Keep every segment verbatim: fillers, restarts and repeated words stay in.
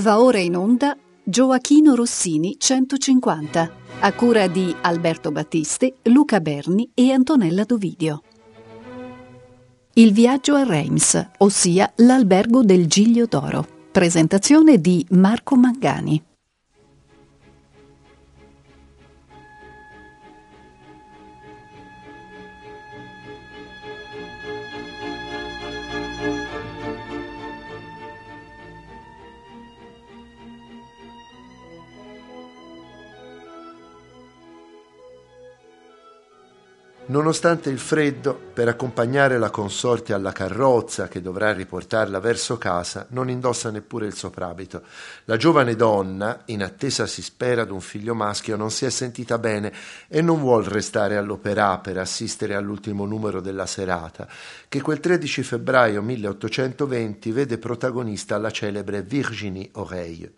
Va ora in onda Gioachino Rossini centocinquanta, a cura di Alberto Battisti, Luca Berni e Antonella Dovidio. Il viaggio a Reims, ossia l'albergo del Giglio d'Oro. Presentazione di Marco Mangani. Nonostante il freddo, per accompagnare la consorte alla carrozza che dovrà riportarla verso casa, non indossa neppure il soprabito. La giovane donna, in attesa si spera d'un figlio maschio, non si è sentita bene e non vuol restare all'Opéra per assistere all'ultimo numero della serata, che quel tredici febbraio milleottocentoventi vede protagonista la celebre Virginie Oreille.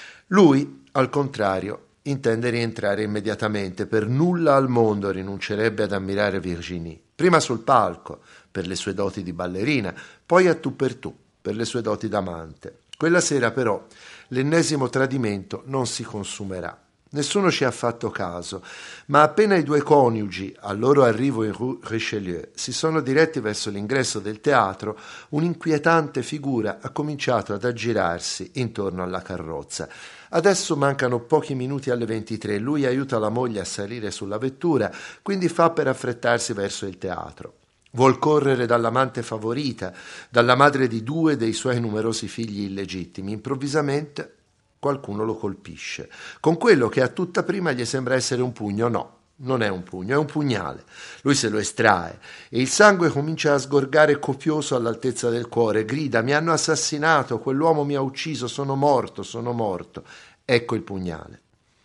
Lui, al contrario, intende rientrare immediatamente. Per nulla al mondo rinuncerebbe ad ammirare Virginie, prima sul palco per le sue doti di ballerina, poi a tu per tu per le sue doti d'amante. Quella sera però l'ennesimo tradimento non si consumerà. Nessuno ci ha fatto caso, ma appena i due coniugi, al loro arrivo in Rue Richelieu, si sono diretti verso l'ingresso del teatro, un'inquietante figura ha cominciato ad aggirarsi intorno alla carrozza. Adesso mancano pochi minuti alle ventitré, lui aiuta la moglie a salire sulla vettura, quindi fa per affrettarsi verso il teatro. Vuol correre dall'amante favorita, dalla madre di due dei suoi numerosi figli illegittimi. Improvvisamente qualcuno lo colpisce, con quello che a tutta prima gli sembra essere un pugno. No, non è un pugno, è un pugnale. Lui se lo estrae e il sangue comincia a sgorgare copioso all'altezza del cuore. Grida: mi hanno assassinato, quell'uomo mi ha ucciso, sono morto, sono morto. Ecco il pugnale.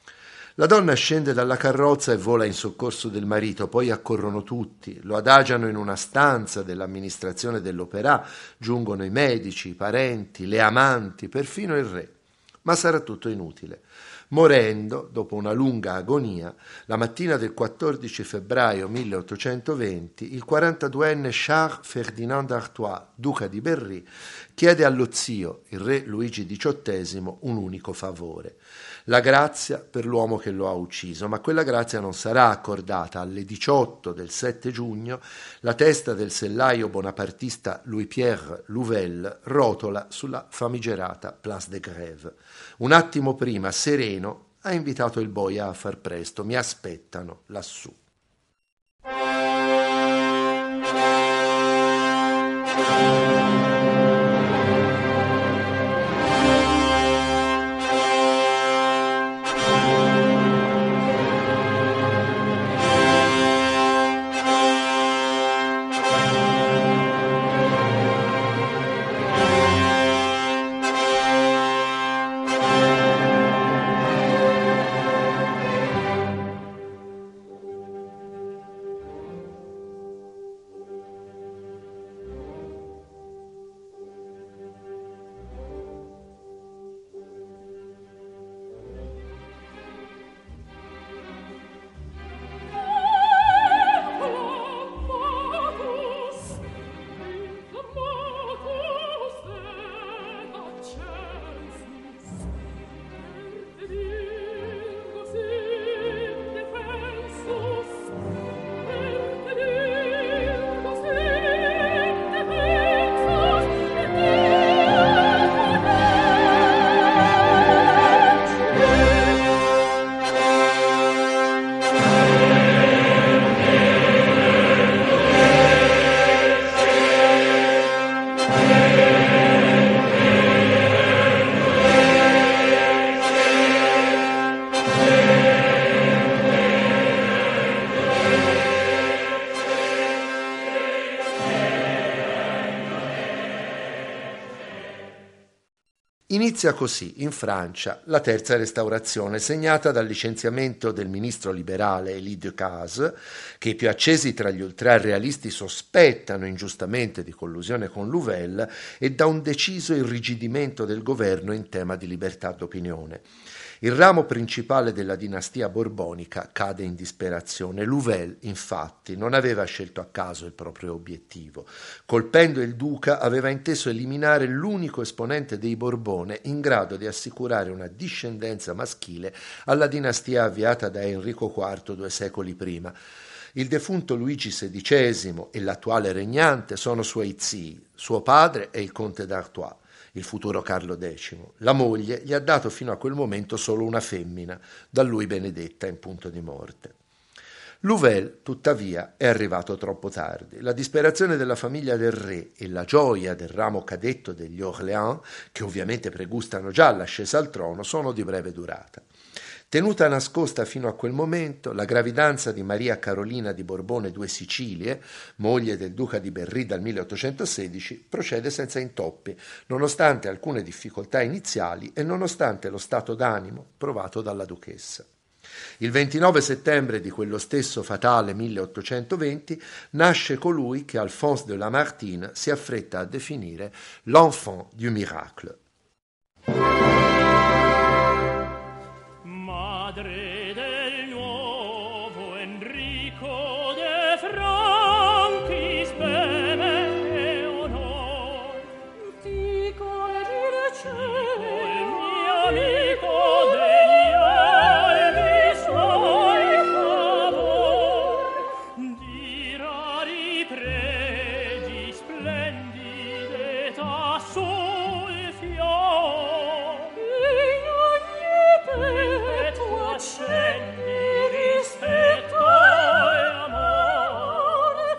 La donna scende dalla carrozza e vola in soccorso del marito, poi accorrono tutti, lo adagiano in una stanza dell'amministrazione dell'Opéra, giungono i medici, i parenti, le amanti, perfino il re. Ma sarà tutto inutile. Morendo, dopo una lunga agonia, la mattina del quattordici febbraio milleottocentoventi, il quarantaduenne Charles Ferdinand d'Artois, duca di Berry, chiede allo zio, il re Luigi diciottesimo, un unico favore: la grazia per l'uomo che lo ha ucciso. Ma quella grazia non sarà accordata. Alle diciotto del sette giugno la testa del sellaio bonapartista Louis-Pierre Louvel rotola sulla famigerata Place de Grève. Un attimo prima, sereno, ha invitato il boia a far presto. Mi aspettano lassù. Inizia così in Francia la terza restaurazione, segnata dal licenziamento del ministro liberale Élie Decazes, che i più accesi tra gli ultrarealisti sospettano ingiustamente di collusione con Louvel, e da un deciso irrigidimento del governo in tema di libertà d'opinione. Il ramo principale della dinastia borbonica cade in disperazione. Louvel, infatti, non aveva scelto a caso il proprio obiettivo. Colpendo il duca, aveva inteso eliminare l'unico esponente dei Borbone in grado di assicurare una discendenza maschile alla dinastia avviata da Enrico quarto due secoli prima. Il defunto Luigi sedicesimo e l'attuale regnante sono suoi zii. Suo padre è il conte d'Artois, il futuro Carlo decimo. La moglie gli ha dato fino a quel momento solo una femmina, da lui benedetta in punto di morte. Louvel, tuttavia, è arrivato troppo tardi. La disperazione della famiglia del re e la gioia del ramo cadetto degli Orléans, che ovviamente pregustano già l'ascesa al trono, sono di breve durata. Tenuta nascosta fino a quel momento, la gravidanza di Maria Carolina di Borbone Due Sicilie, moglie del duca di Berry dal milleottocentosedici, procede senza intoppi, nonostante alcune difficoltà iniziali e nonostante lo stato d'animo provato dalla duchessa. Il ventinove settembre di quello stesso fatale milleottocentoventi nasce colui che Alphonse de Lamartine si affretta a definire l'enfant du miracle. Madre del nuovo Enrico de Franchi, speme e onor, dico e ricevo il mio amico degli albi suoi favor, di rari pregi splendide età sul fior, in ogni petto accendi rispetto e amore.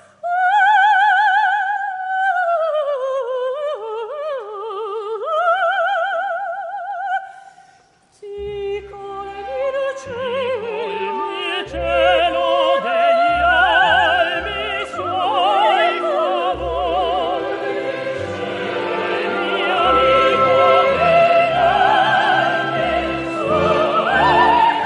Dico e ricevo il cielo degli albi suoi favori, il mio amico degli albi suoi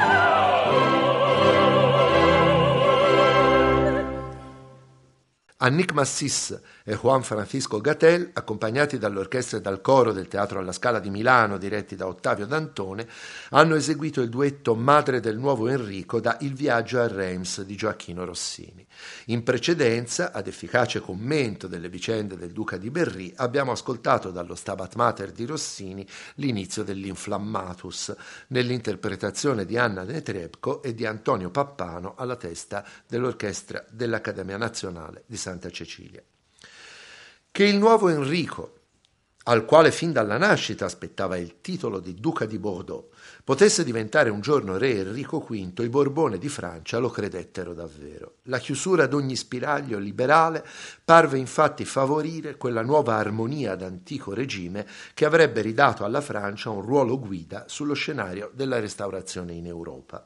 favori. Annick Massis e Juan Francisco Gatel, accompagnati dall'orchestra e dal coro del Teatro alla Scala di Milano, diretti da Ottavio D'Antone, hanno eseguito il duetto Madre del nuovo Enrico da Il viaggio a Reims di Gioacchino Rossini. In precedenza, ad efficace commento delle vicende del duca di Berry, abbiamo ascoltato dallo Stabat Mater di Rossini l'inizio dell'Inflammatus, nell'interpretazione di Anna Netrebko e di Antonio Pappano alla testa dell'orchestra dell'Accademia Nazionale di Santa Cecilia. Che il nuovo Enrico, al quale fin dalla nascita aspettava il titolo di Duca di Bordeaux, potesse diventare un giorno re Enrico quinto, i Borbone di Francia lo credettero davvero. La chiusura d'ogni spiraglio liberale parve infatti favorire quella nuova armonia d'antico regime che avrebbe ridato alla Francia un ruolo guida sullo scenario della restaurazione in Europa.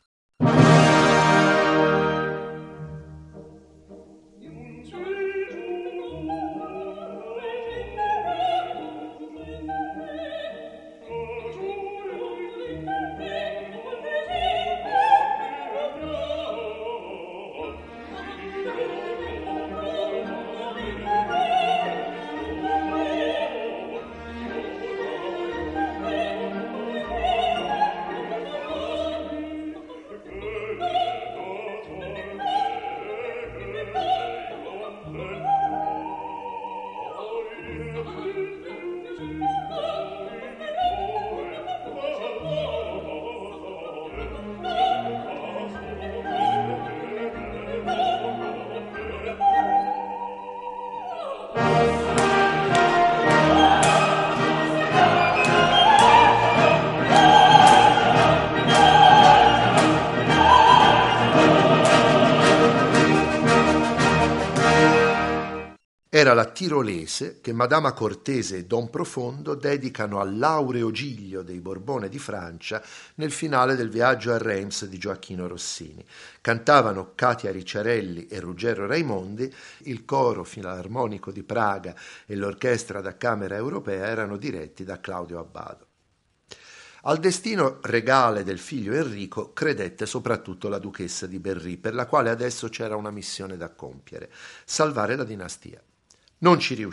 Era la tirolese che Madama Cortese e Don Profondo dedicano all'aureo giglio dei Borbone di Francia nel finale del viaggio a Reims di Gioacchino Rossini. Cantavano Katia Ricciarelli e Ruggero Raimondi, il coro filarmonico di Praga e l'orchestra da Camera Europea erano diretti da Claudio Abbado. Al destino regale del figlio Enrico credette soprattutto la duchessa di Berry, per la quale adesso c'era una missione da compiere: salvare la dinastia. Non ci riuscì.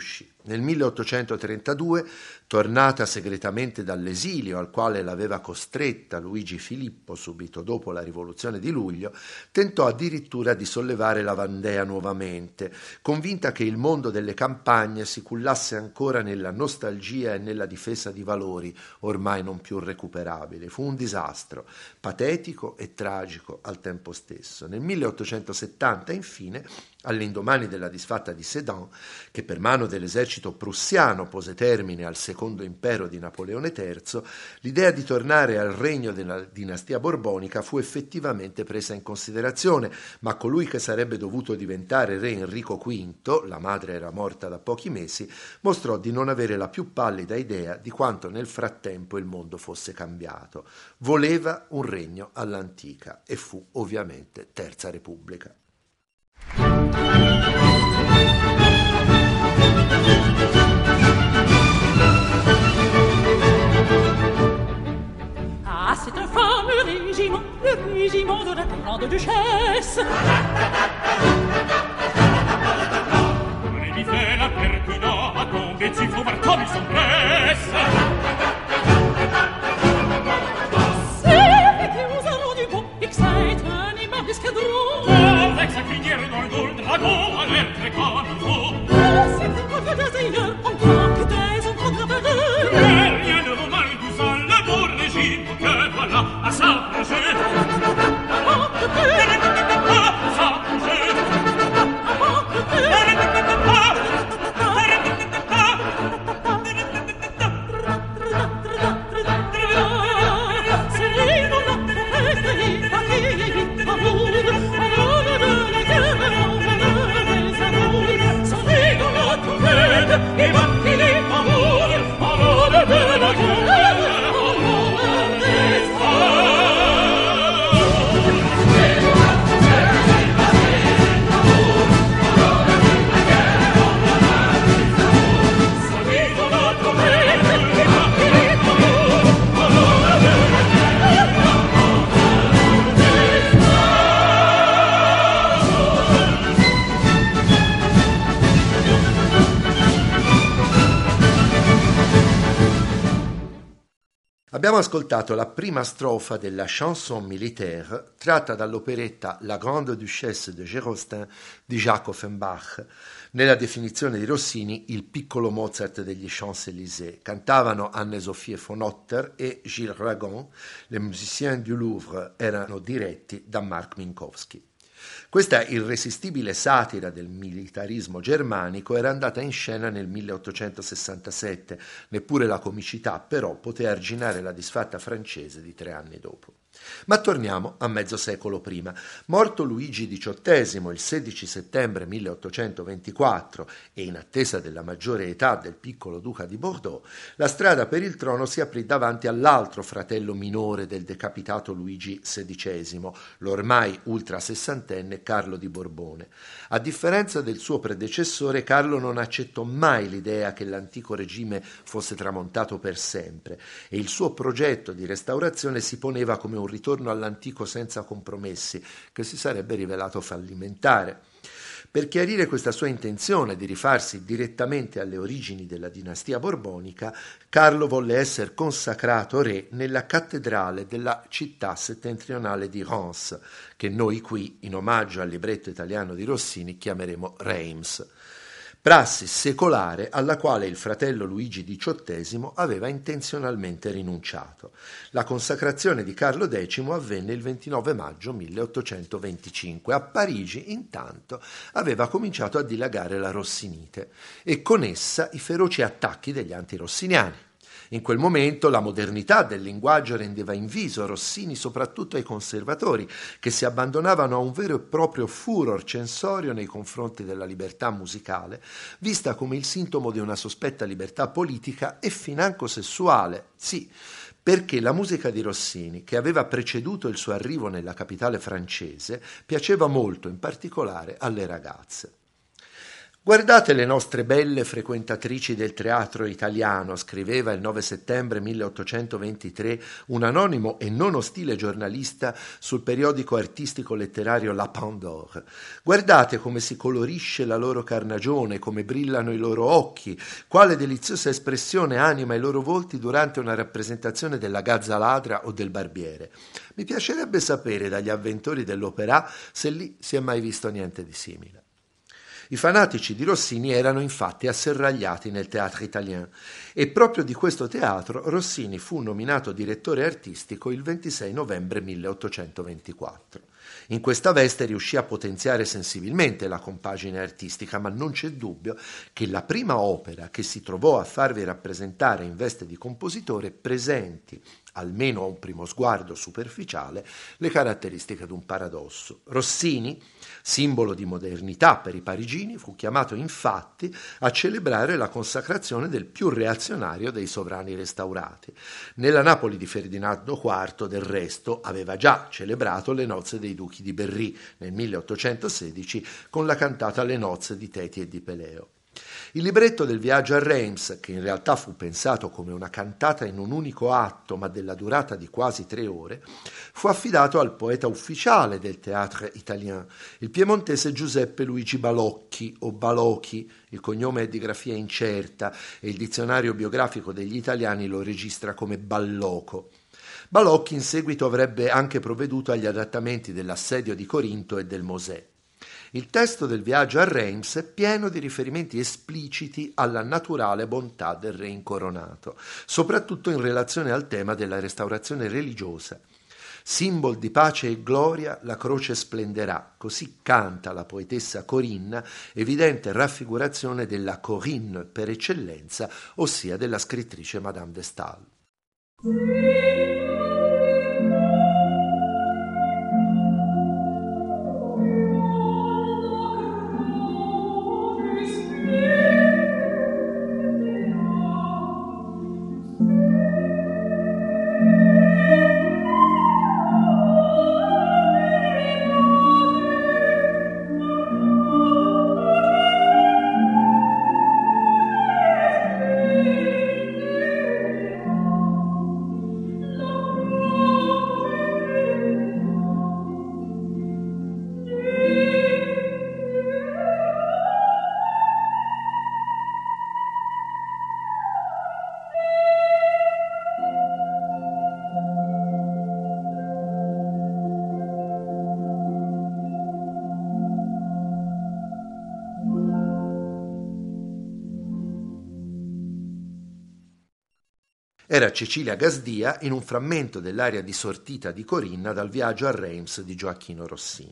Nel milleottocentotrentadue, tornata segretamente dall'esilio al quale l'aveva costretta Luigi Filippo subito dopo la rivoluzione di luglio, tentò addirittura di sollevare la Vandea nuovamente, convinta che il mondo delle campagne si cullasse ancora nella nostalgia e nella difesa di valori ormai non più recuperabili. Fu un disastro, patetico e tragico al tempo stesso. Nel milleottocentosettanta, infine, all'indomani della disfatta di Sedan, che per mano dell'esercito prussiano pose termine al secondo impero di Napoleone terzo, l'idea di tornare al regno della dinastia borbonica fu effettivamente presa in considerazione, ma colui che sarebbe dovuto diventare re Enrico quinto, la madre era morta da pochi mesi, mostrò di non avere la più pallida idea di quanto nel frattempo il mondo fosse cambiato. Voleva un regno all'antica e fu ovviamente Terza Repubblica. Ah, c'est un fameux régiment, le régiment de la grande duchesse. On lui fait la pertina, à tomber dessus, faut voir comme ils sont presse. C'est qui vous a rendu bon, et que ça est un aimable escadron. Avec sa crinière dans le dos, le dragon a l'air très comme il faut. C'est un peu de d'ailleurs, en tant que des enfants graveurs. Mais rien ne vaut mal tout ça, le beau régime que voilà à s'approcher. À s'approcher. Abbiamo ascoltato la prima strofa della chanson militaire tratta dall'operetta La Grande Duchesse de Gérostin di Jacques Offenbach, nella definizione di Rossini il piccolo Mozart degli Champs-Élysées. Cantavano Anne-Sophie von Otter e Gilles Ragon, les musiciens du Louvre erano diretti da Mark Minkowski. Questa irresistibile satira del militarismo germanico era andata in scena nel milleottocentosessantasette, neppure la comicità però poté arginare la disfatta francese di tre anni dopo. Ma torniamo a mezzo secolo prima. Morto Luigi diciottesimo il sedici settembre milleottocentoventiquattro e in attesa della maggiore età del piccolo duca di Bordeaux, la strada per il trono si aprì davanti all'altro fratello minore del decapitato Luigi sedicesimo, l'ormai ultrasessantenne Carlo di Borbone. A differenza del suo predecessore, Carlo non accettò mai l'idea che l'antico regime fosse tramontato per sempre e il suo progetto di restaurazione si poneva come un ritorno all'antico senza compromessi, che si sarebbe rivelato fallimentare. Per chiarire questa sua intenzione di rifarsi direttamente alle origini della dinastia borbonica, Carlo volle essere consacrato re nella cattedrale della città settentrionale di Reims, che noi qui, in omaggio al libretto italiano di Rossini, chiameremo Reims. Prassi secolare alla quale il fratello Luigi diciottesimo aveva intenzionalmente rinunciato. La consacrazione di Carlo decimo avvenne il ventinove maggio milleottocentoventicinque. A Parigi, intanto, aveva cominciato a dilagare la rossinite e con essa i feroci attacchi degli antirossiniani. In quel momento la modernità del linguaggio rendeva inviso Rossini soprattutto ai conservatori, che si abbandonavano a un vero e proprio furor censorio nei confronti della libertà musicale, vista come il sintomo di una sospetta libertà politica e financo sessuale. Sì, perché la musica di Rossini, che aveva preceduto il suo arrivo nella capitale francese, piaceva molto, in particolare alle ragazze. Guardate le nostre belle frequentatrici del teatro italiano, scriveva il nove settembre milleottocentoventitré un anonimo e non ostile giornalista sul periodico artistico letterario La Pandore. Guardate come si colorisce la loro carnagione, come brillano i loro occhi, quale deliziosa espressione anima i loro volti durante una rappresentazione della Gazza Ladra o del Barbiere. Mi piacerebbe sapere dagli avventori dell'opera se lì si è mai visto niente di simile. I fanatici di Rossini erano infatti asserragliati nel Théâtre Italien e proprio di questo teatro Rossini fu nominato direttore artistico il ventisei novembre milleottocentoventiquattro. In questa veste riuscì a potenziare sensibilmente la compagine artistica, ma non c'è dubbio che la prima opera che si trovò a farvi rappresentare in veste di compositore presenti, almeno a un primo sguardo superficiale, le caratteristiche di un paradosso. Rossini, simbolo di modernità per i parigini, fu chiamato infatti a celebrare la consacrazione del più reazionario dei sovrani restaurati. Nella Napoli di Ferdinando quarto, del resto, aveva già celebrato le nozze dei duchi di Berry nel milleottocentosedici con la cantata Le nozze di Teti e di Peleo. Il libretto del viaggio a Reims, che in realtà fu pensato come una cantata in un unico atto ma della durata di quasi tre ore, fu affidato al poeta ufficiale del Théâtre Italien, il piemontese Giuseppe Luigi Balocchi o Balocchi, il cognome è di grafia incerta e il dizionario biografico degli italiani lo registra come Balloco. Balocchi in seguito avrebbe anche provveduto agli adattamenti dell'assedio di Corinto e del Mosè. Il testo del viaggio a Reims è pieno di riferimenti espliciti alla naturale bontà del re incoronato, soprattutto in relazione al tema della restaurazione religiosa. Simbol di pace e gloria, la croce splenderà, così canta la poetessa Corinna, evidente raffigurazione della Corinne per eccellenza, ossia della scrittrice Madame de Staël. Era Cecilia Gasdia in un frammento dell'aria di sortita di Corinna dal viaggio a Reims di Gioacchino Rossini.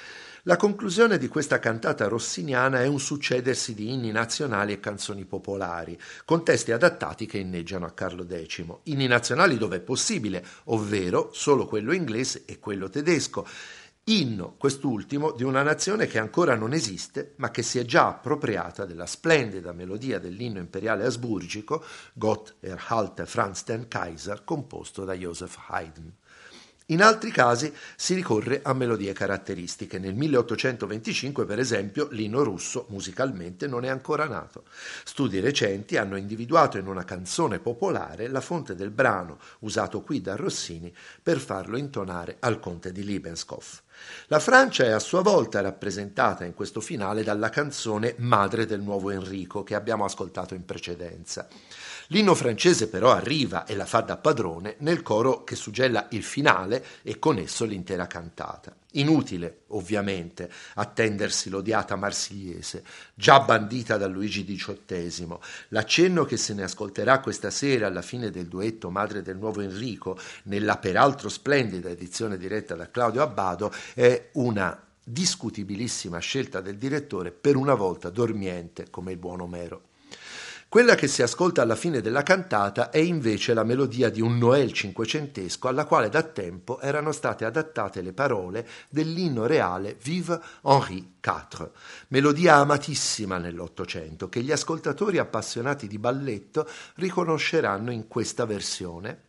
La conclusione di questa cantata rossiniana è un succedersi di inni nazionali e canzoni popolari, con testi adattati che inneggiano a Carlo decimo. Inni nazionali dove è possibile, ovvero solo quello inglese e quello tedesco. Inno, quest'ultimo, di una nazione che ancora non esiste, ma che si è già appropriata della splendida melodia dell'inno imperiale asburgico Gott erhalte Franz den Kaiser, composto da Joseph Haydn. In altri casi si ricorre a melodie caratteristiche. Nel milleottocentoventicinque, per esempio, l'inno russo musicalmente non è ancora nato. Studi recenti hanno individuato in una canzone popolare la fonte del brano usato qui da Rossini per farlo intonare al conte di Liebenskopf. La Francia è a sua volta rappresentata in questo finale dalla canzone Madre del nuovo Enrico che abbiamo ascoltato in precedenza. L'inno francese però arriva e la fa da padrone nel coro che suggella il finale e con esso l'intera cantata. Inutile, ovviamente, attendersi l'odiata marsigliese, già bandita da Luigi diciottesimo. L'accenno che se ne ascolterà questa sera alla fine del duetto Madre del nuovo Enrico, nella peraltro splendida edizione diretta da Claudio Abbado, è una discutibilissima scelta del direttore, per una volta dormiente come il buon Omero. Quella che si ascolta alla fine della cantata è invece la melodia di un Noel cinquecentesco alla quale da tempo erano state adattate le parole dell'inno reale Vive Henri quattro, melodia amatissima nell'Ottocento che gli ascoltatori appassionati di balletto riconosceranno in questa versione.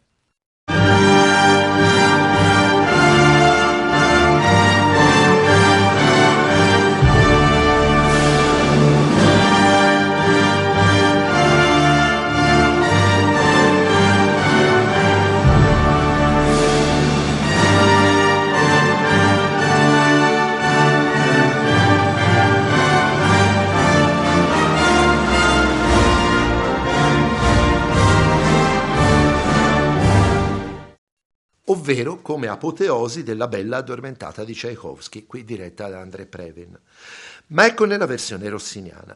ovvero come apoteosi della Bella addormentata di Tchaikovsky, qui diretta da André Previn. Ma ecco nella versione rossiniana.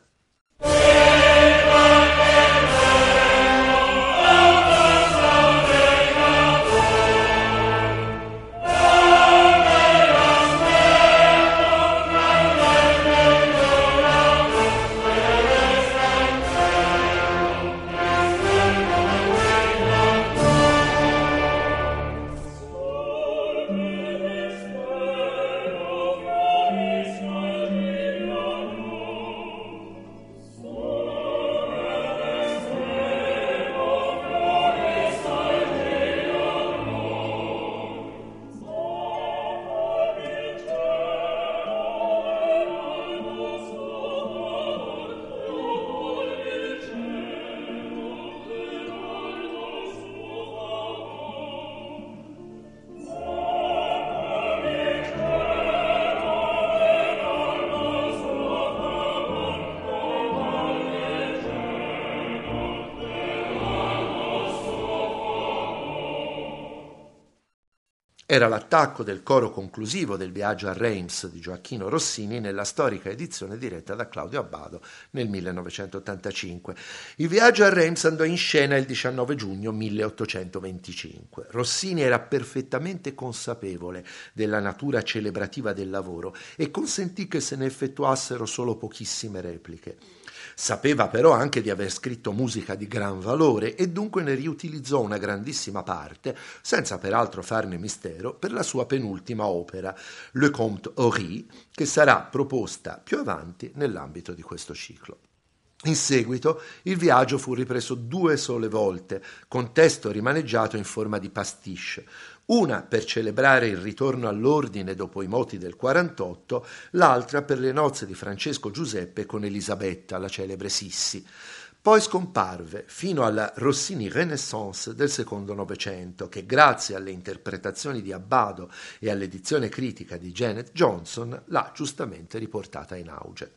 Era l'attacco del coro conclusivo del Viaggio a Reims di Gioacchino Rossini nella storica edizione diretta da Claudio Abbado nel millenovecentottantacinque. Il Viaggio a Reims andò in scena il diciannove giugno milleottocentoventicinque. Rossini era perfettamente consapevole della natura celebrativa del lavoro e consentì che se ne effettuassero solo pochissime repliche. Sapeva però anche di aver scritto musica di gran valore e dunque ne riutilizzò una grandissima parte, senza peraltro farne mistero, per la sua penultima opera, Le Comte Ory, che sarà proposta più avanti nell'ambito di questo ciclo. In seguito il viaggio fu ripreso due sole volte, con testo rimaneggiato in forma di pastiche, una per celebrare il ritorno all'ordine dopo i moti del quarantotto, l'altra per le nozze di Francesco Giuseppe con Elisabetta, la celebre Sissi. Poi scomparve fino alla Rossini Renaissance del secondo Novecento, che grazie alle interpretazioni di Abbado e all'edizione critica di Janet Johnson l'ha giustamente riportata in auge.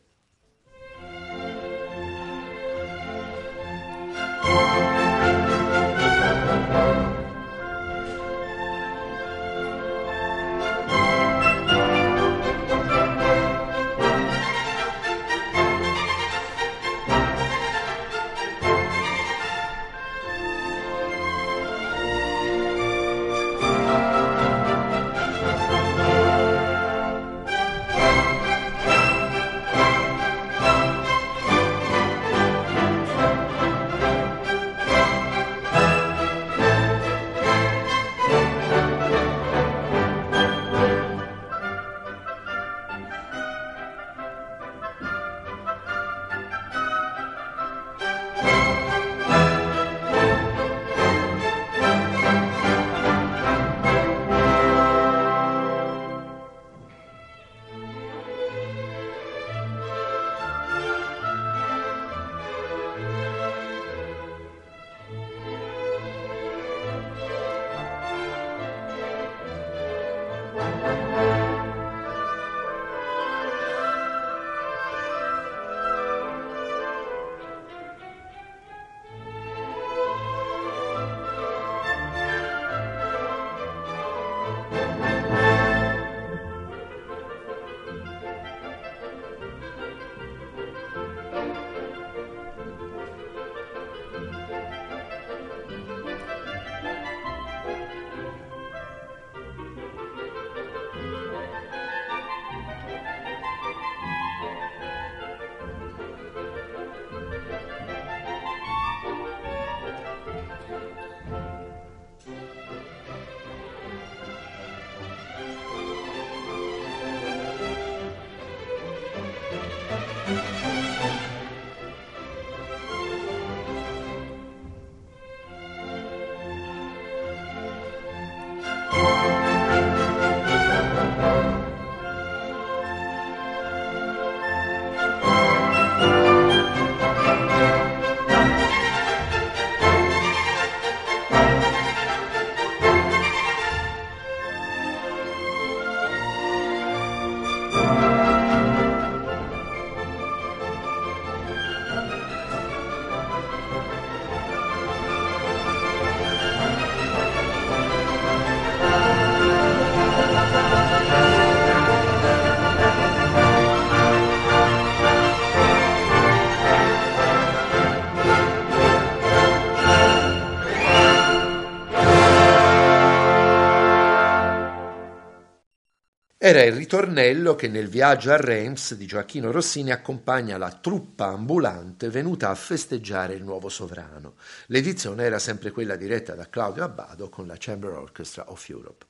Era il ritornello che nel Viaggio a Reims di Gioachino Rossini accompagna la truppa ambulante venuta a festeggiare il nuovo sovrano. L'edizione era sempre quella diretta da Claudio Abbado con la Chamber Orchestra of Europe.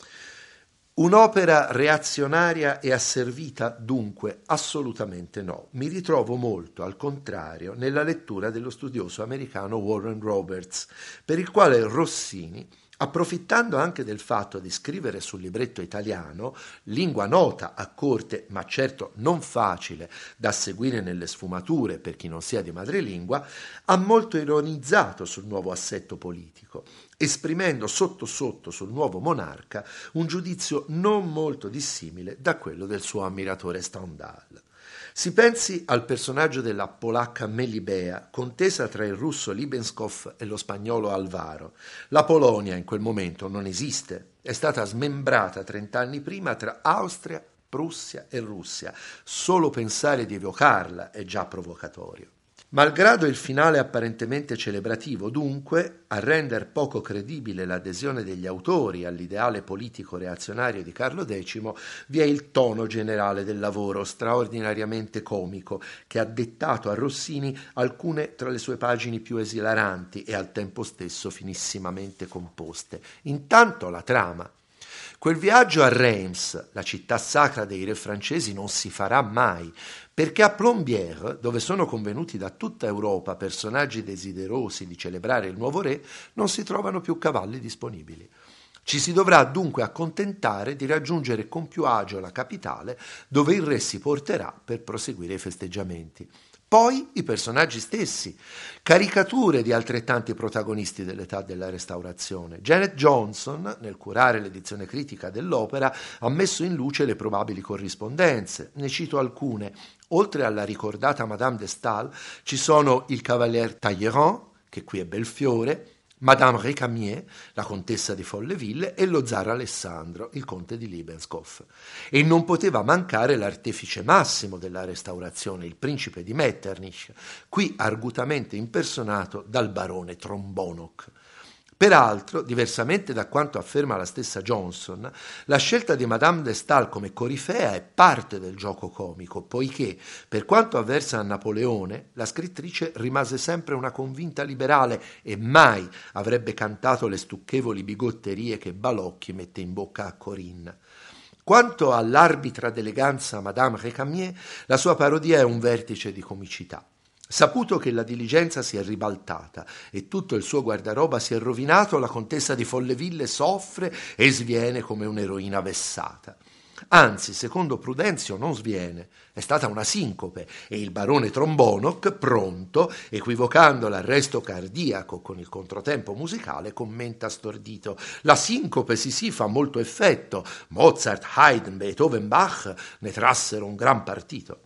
Un'opera reazionaria e asservita? Dunque, assolutamente no. Mi ritrovo molto, al contrario, nella lettura dello studioso americano Warren Roberts, per il quale Rossini, approfittando anche del fatto di scrivere sul libretto italiano, lingua nota a corte ma certo non facile da seguire nelle sfumature per chi non sia di madrelingua, ha molto ironizzato sul nuovo assetto politico, esprimendo sotto sotto sul nuovo monarca un giudizio non molto dissimile da quello del suo ammiratore Stendhal. Si pensi al personaggio della polacca Melibea, contesa tra il russo Libenskov e lo spagnolo Alvaro. La Polonia in quel momento non esiste, è stata smembrata trent'anni prima tra Austria, Prussia e Russia. Solo pensare di evocarla è già provocatorio. Malgrado il finale apparentemente celebrativo, dunque, a render poco credibile l'adesione degli autori all'ideale politico reazionario di Carlo Decimo, vi è il tono generale del lavoro, straordinariamente comico, che ha dettato a Rossini alcune tra le sue pagine più esilaranti e al tempo stesso finissimamente composte. Intanto la trama. Quel viaggio a Reims, la città sacra dei re francesi, non si farà mai, perché a Plombières, dove sono convenuti da tutta Europa personaggi desiderosi di celebrare il nuovo re, non si trovano più cavalli disponibili. Ci si dovrà dunque accontentare di raggiungere con più agio la capitale, dove il re si porterà per proseguire i festeggiamenti. Poi i personaggi stessi, caricature di altrettanti protagonisti dell'età della Restaurazione. Janet Johnson, nel curare l'edizione critica dell'opera, ha messo in luce le probabili corrispondenze. Ne cito alcune. Oltre alla ricordata Madame de Staël, ci sono il Cavalier Talleyrand, che qui è Belfiore, Madame Récamier, la contessa di Folleville, e lo zar Alessandro, il conte di Libenskov. E non poteva mancare l'artefice massimo della Restaurazione, il principe di Metternich, qui argutamente impersonato dal barone Trombonok. Peraltro, diversamente da quanto afferma la stessa Johnson, la scelta di Madame de Staël come corifea è parte del gioco comico, poiché, per quanto avversa a Napoleone, la scrittrice rimase sempre una convinta liberale e mai avrebbe cantato le stucchevoli bigotterie che Balocchi mette in bocca a Corinne. Quanto all'arbitra d'eleganza Madame Récamier, la sua parodia è un vertice di comicità. Saputo che la diligenza si è ribaltata e tutto il suo guardaroba si è rovinato, la contessa di Folleville soffre e sviene come un'eroina vessata. Anzi, secondo Prudenzio, non sviene, è stata una sincope e il barone Trombonok, pronto, equivocando l'arresto cardiaco con il controtempo musicale, commenta stordito: la sincope sì sì fa molto effetto, Mozart, Haydn, Beethoven, Bach ne trassero un gran partito.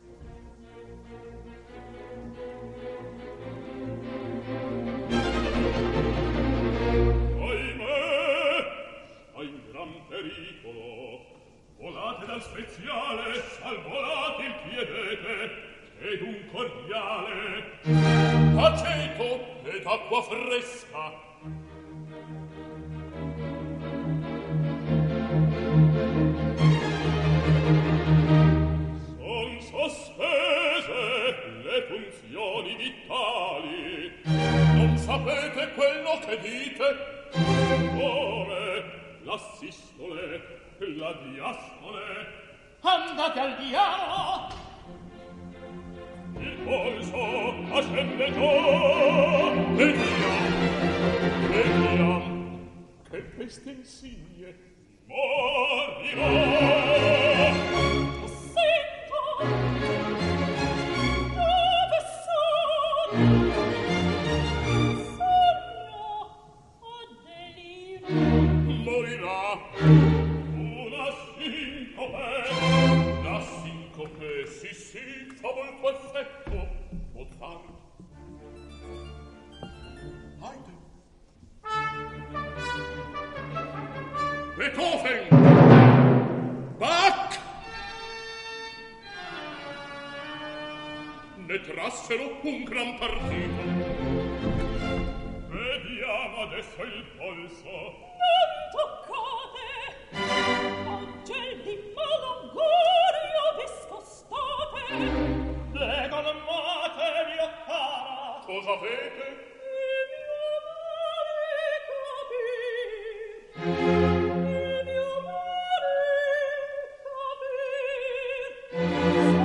Speziale, salvolate il piedete ed un cordiale aceto ed acqua fresca. Son sospese le funzioni vitali, non sapete quello che dite? Come la sistole, la diastole, andate al diavolo! Il polso ascende giù, vediam, vediam, che peste insigne morirò. Sento, dove sono? Sogno o delirio? Morirà. La sincope, sì sì, fa molto effetto. Mozart, Haydn, Beethoven, Bach ne trassero un gran partito. Vediamo adesso il polso. Non toccate, oggi è il lo sapete? Il mio male capir. Il mio male capir.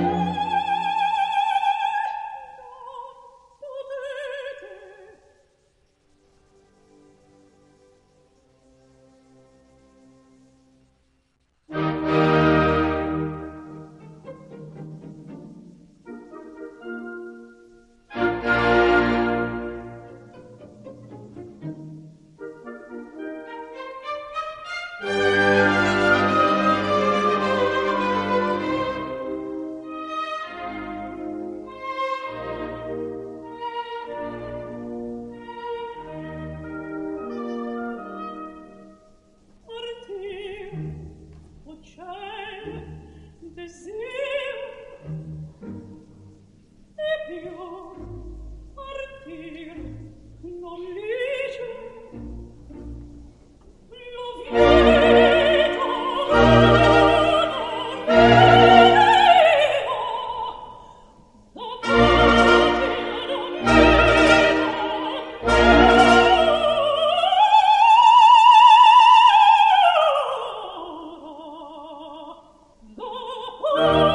Oh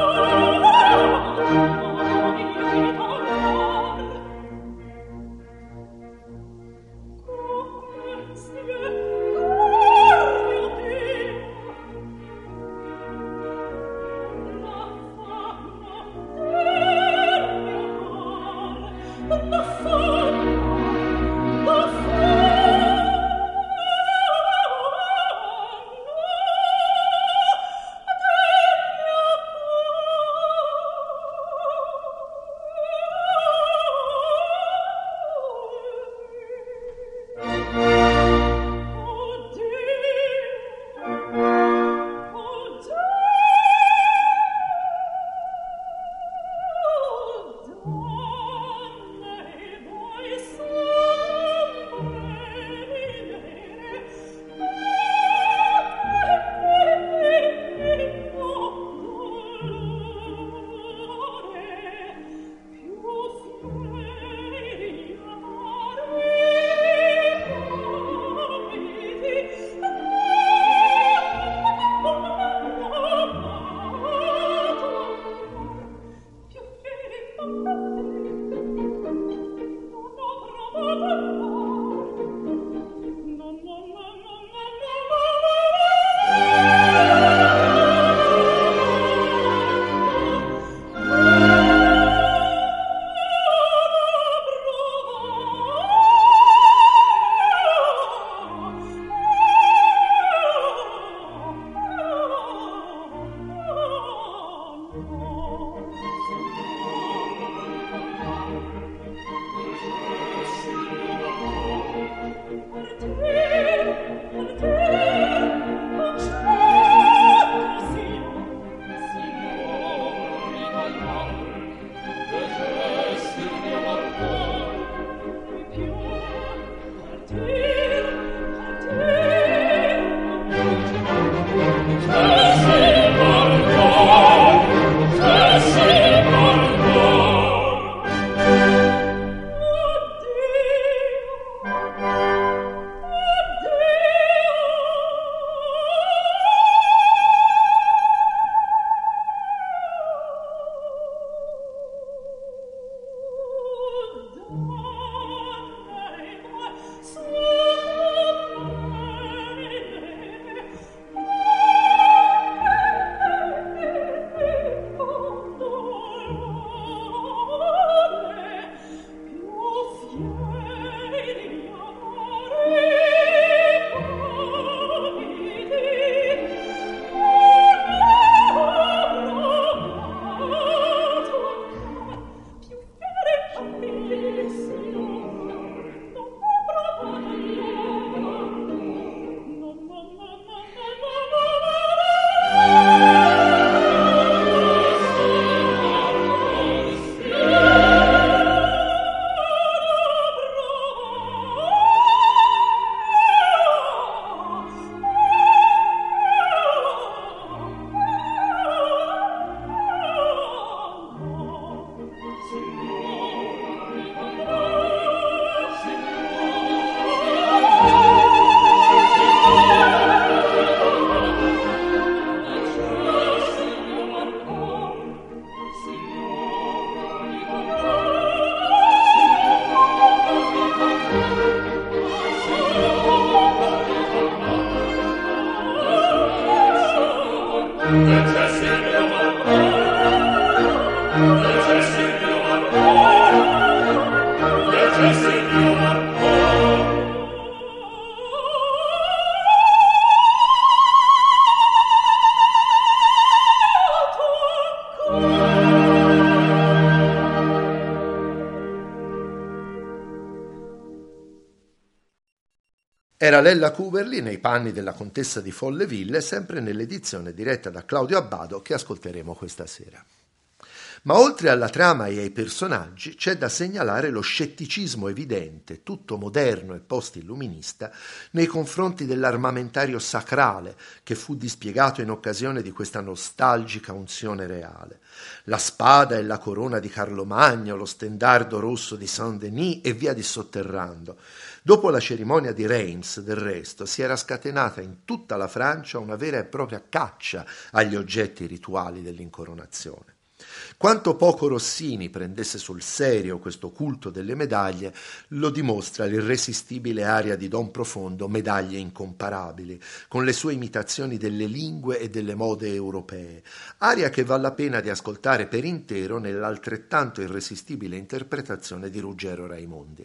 Era Lella Cuberli nei panni della contessa di Folleville, sempre nell'edizione diretta da Claudio Abbado che ascolteremo questa sera. Ma oltre alla trama e ai personaggi c'è da segnalare lo scetticismo evidente, tutto moderno e post-illuminista, nei confronti dell'armamentario sacrale che fu dispiegato in occasione di questa nostalgica unzione reale. La spada e la corona di Carlo Magno, lo stendardo rosso di Saint-Denis e via dissotterrando. Dopo la cerimonia di Reims, del resto, si era scatenata in tutta la Francia una vera e propria caccia agli oggetti rituali dell'incoronazione. Quanto poco Rossini prendesse sul serio questo culto delle medaglie lo dimostra l'irresistibile aria di Don Profondo Medaglie incomparabili, con le sue imitazioni delle lingue e delle mode europee, aria che vale la pena di ascoltare per intero nell'altrettanto irresistibile interpretazione di Ruggero Raimondi.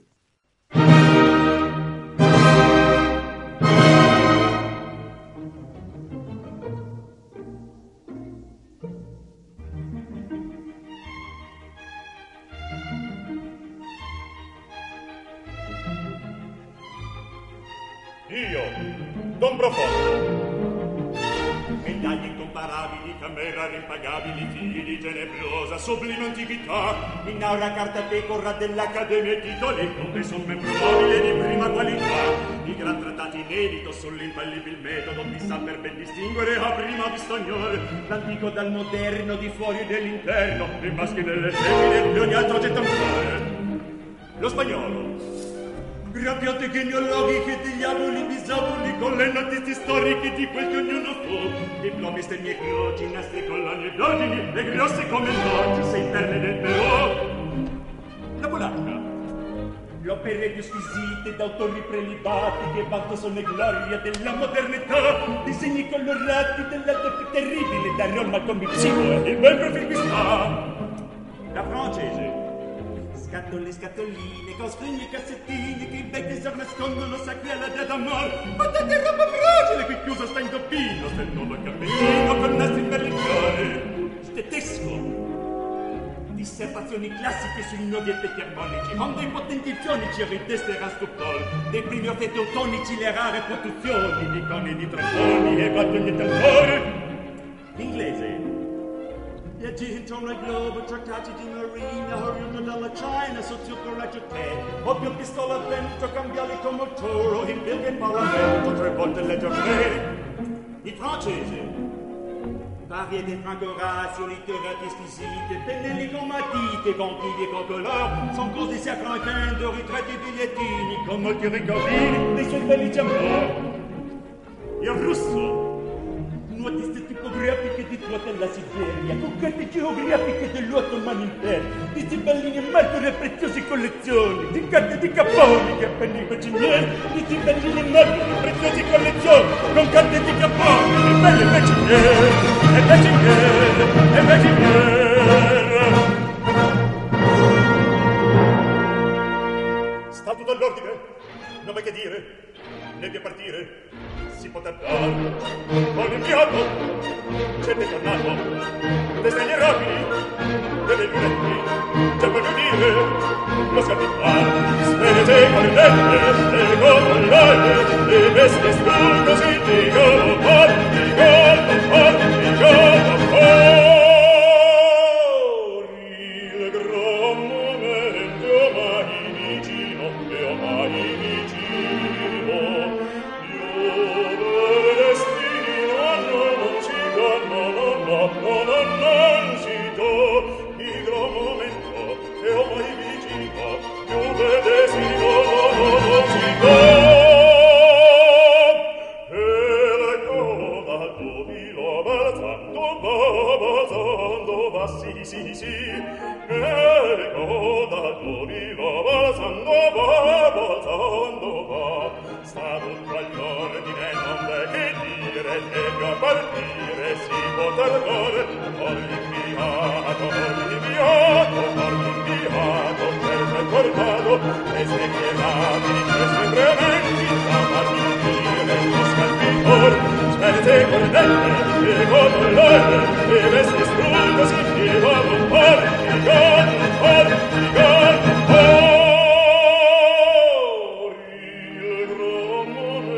Io, Don Profondo, medaglie incomparabili, camera rimpagabili, figli di tenebrosa, sublime antichità, in aura carta pecora dell'Accademia e titoli, come somme probabili di prima qualità, i gran trattati inedito sull'impallibile metodo di saper ben distinguere a prima vista ognore, l'antico dal moderno, di fuori e dell'interno, i maschi delle femmine e ogni altro oggetto ancora. Lo spagnolo, grappiate genealogiche degli avoli bisavoli con le notizie storiche di quel che ognuno fu, diplomi stemmi e croci, nastri collani ed ordini, le grosse come noci, sei perle del però. La polacca, le opere più squisite d'autori prelibati che vanto sono e gloria della modernità, disegni colorati dell'alto più terribile da Roma comicino e il bel profil qui sta. La francese, scatole, scatoline, con scrigni e cassettini che in bec tesor nascondono sacri alla dea d'amor. Guardate roba fragile qui chiusa sta in doppino, sta il nuovo cappellino con nastri per liccare. Tedesco, dissertazioni classiche sui nuovi effetti armonici, onde i potenti fionici ridestera stupor, dei primi orfei teutonici le rare produzioni di coni di tromboni e battaglie tambori. L'inglese, viaggi intorno al globo, trattati di marina, oriundo dalla China, sozio coraggio te, oppio pistola a vento, cambiali come il toro, il belga in Parlamento, tre volte le giornate. Il francese, varie del franco-razio, letterati squisite, pennelli con matite, conchiglie e cocolor, son cose si accrontendo, ritratti e bigliettini, con molti ricordini dei suoi belli amor. Il russo, nuotiste tipografiche di tutta la Siberia, con carte geografiche dell'Ottoman Impero, di zibellini e martori e preziose collezioni, di carte di capponi che appena i becimieri, di zibellini e martori e preziose collezioni, con carte di capponi, di belle becimieri, e becimieri, e becimieri. Sta tutto all'ordine? Non mai che dire? Devi partire? Si può tardare, ho l'inviato, c'è tornato, destagli rapidi, delle lunetti, già voglio dire, lo scapitano, sperete con le lettere, le controllate, le vesti sputosi, di golo, porti, di golo, porti, di golo, fuori, il gran momento, ormai vicino, e ormai vicino, no, no, non si do, il gran momento è ormai vicino, più vedesimo, no, no, non si do. E la coda dovilo balzando, va, balzando, va, sì, sì, sì. E la coda dovilo balzando, va, balzando, va. Sta tutto all'ordine, non ve che dire, e a partire si può tardare. Ho l'inviato, ho l'inviato, ho l'inviato, per ricordato, e se chiamati, e se prementi, a partire lo scalpitor, sperte cornette, e cotolone, e vesti strungo si pievano, porti, gon, porti, gon, porti, il gran momento.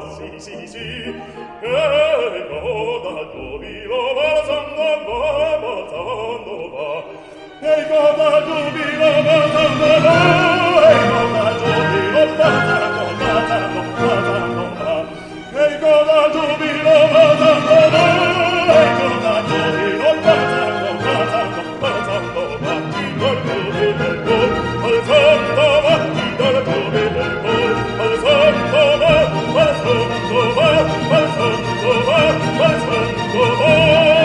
va, sì, sì, sì. E coda giubilo balzando va, balzando va. E coda giubilo balzando va, e coda giubilo balzando, balzando, balzando va. E coda giubilo balzando va, e coda giubilo balzando, balzando, balzando va. Dal giubilo del gol, balzando va, dal giubilo del gol, balzando va, balzando va, balzando va, balzando va.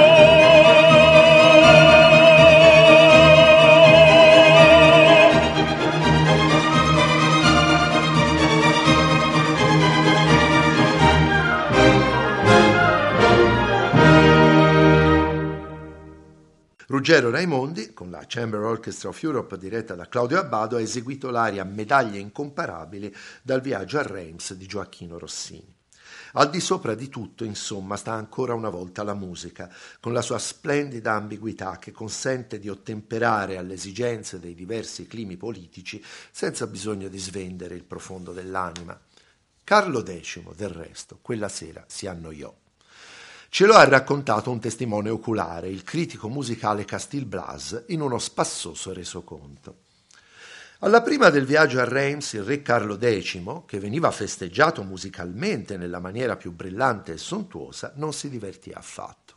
Ruggero Raimondi, con la Chamber Orchestra of Europe diretta da Claudio Abbado, ha eseguito l'aria Medaglie incomparabili dal viaggio a Reims di Gioacchino Rossini. Al di sopra di tutto, insomma, sta ancora una volta la musica, con la sua splendida ambiguità che consente di ottemperare alle esigenze dei diversi climi politici senza bisogno di svendere il profondo dell'anima. Carlo Decimo, del resto, quella sera si annoiò. Ce lo ha raccontato un testimone oculare, il critico musicale Castil Blas, in uno spassoso resoconto. Alla prima del viaggio a Reims, il re Carlo Decimo, che veniva festeggiato musicalmente nella maniera più brillante e sontuosa, non si divertì affatto.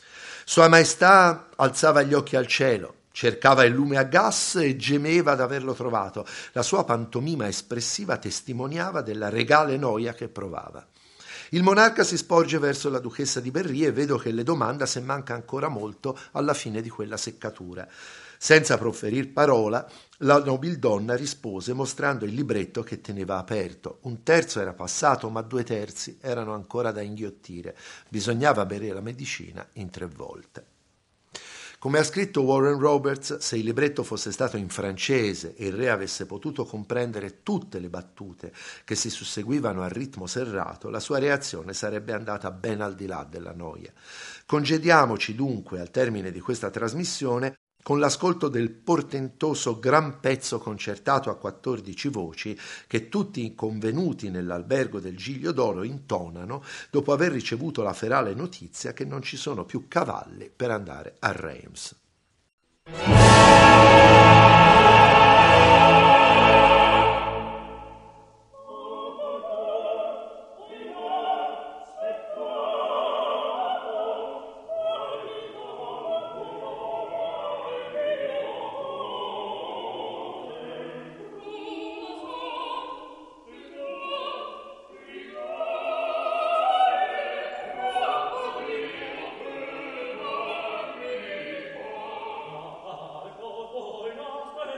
Sua Maestà alzava gli occhi al cielo, cercava il lume a gas e gemeva d'averlo trovato. La sua pantomima espressiva testimoniava della regale noia che provava. Il monarca si sporge verso la duchessa di Berry e vedo che le domanda se manca ancora molto alla fine di quella seccatura. Senza proferir parola, la nobildonna rispose mostrando il libretto che teneva aperto. Un terzo era passato, ma due terzi erano ancora da inghiottire. Bisognava bere la medicina in tre volte. Come ha scritto Warren Roberts, se il libretto fosse stato in francese e il re avesse potuto comprendere tutte le battute che si susseguivano a ritmo serrato, la sua reazione sarebbe andata ben al di là della noia. Congediamoci dunque, al termine di questa trasmissione, con l'ascolto del portentoso gran pezzo concertato a quattordici voci che tutti i convenuti nell'albergo del Giglio d'Oro intonano dopo aver ricevuto la ferale notizia che non ci sono più cavalli per andare a Reims. Poi nostre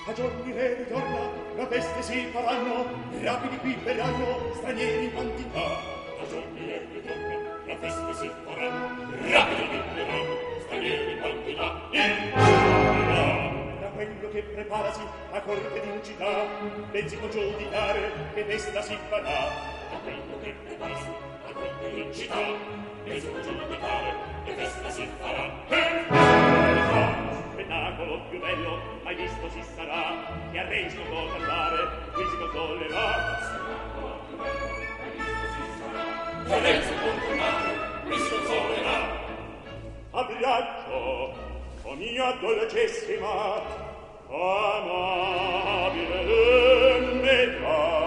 a giorni re ritorna, la peste si faranno, rapidi qui verranno, stranieri in quantità. A giorni re ritorna, la peste si faranno, rapidi qui verranno, stranieri in quantità. Da quello che preparasi a corte di un città, pensi con giudicare che festa si farà. Da quello che preparasi a corte di un città, pensi con giudicare che festa si farà. Spettacolo più bello mai visto si sarà, che a Reis non può andare, qui si consolerà. Spettacolo più bello mai visto si sarà, che a Reis non può andare, qui si consolerà. A viaggio, o mia dolcissima, amabile metà.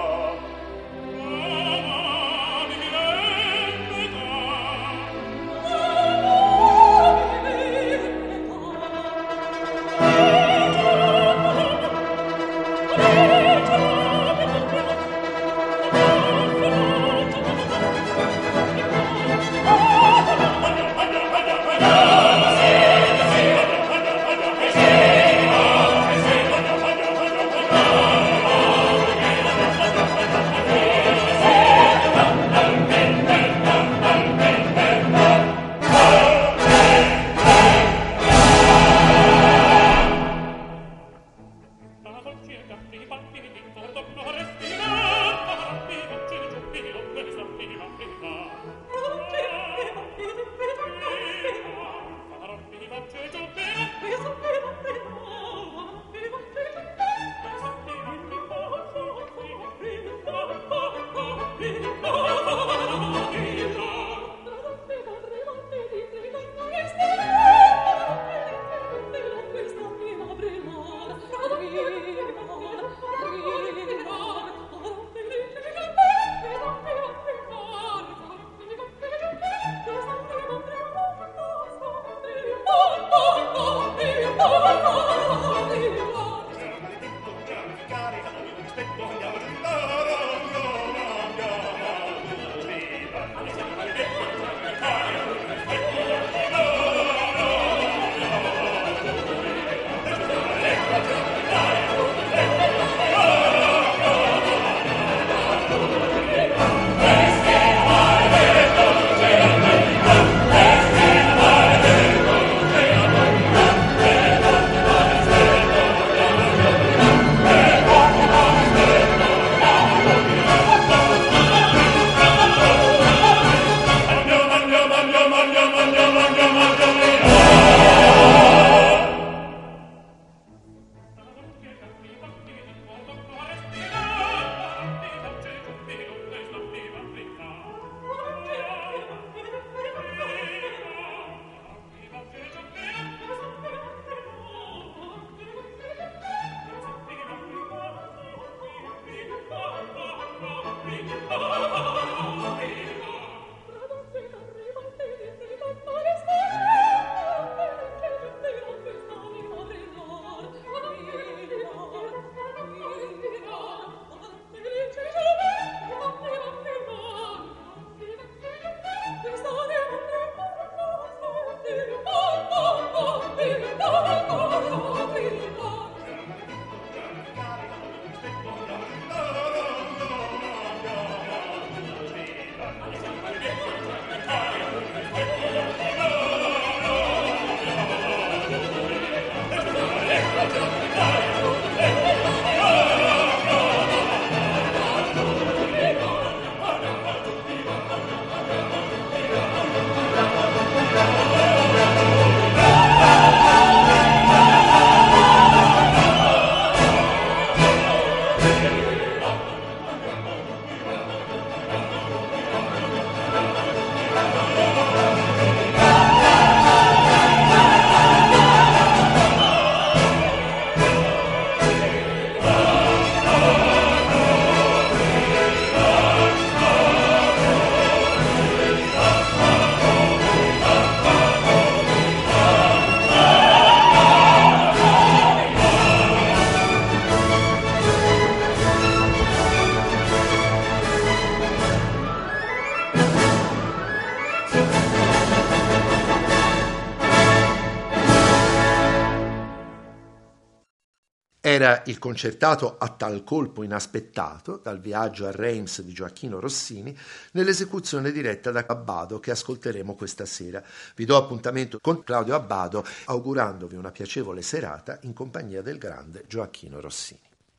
Era il concertato A tal colpo inaspettato, dal Viaggio a Reims di Gioacchino Rossini, nell'esecuzione diretta da Abbado che ascolteremo questa sera. Vi do appuntamento con Claudio Abbado, augurandovi una piacevole serata in compagnia del grande Gioacchino Rossini.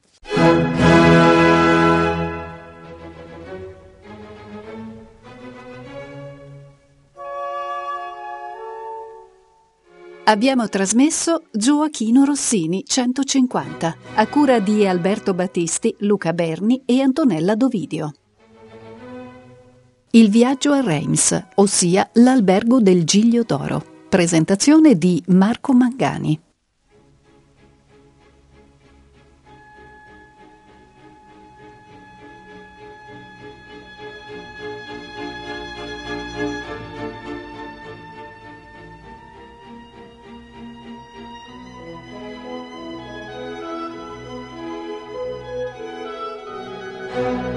Abbiamo trasmesso Gioacchino Rossini centocinquanta, a cura di Alberto Battisti, Luca Berni e Antonella Dovidio. Il viaggio a Reims, ossia l'albergo del Giglio d'Oro. Presentazione di Marco Mangani. Thank you.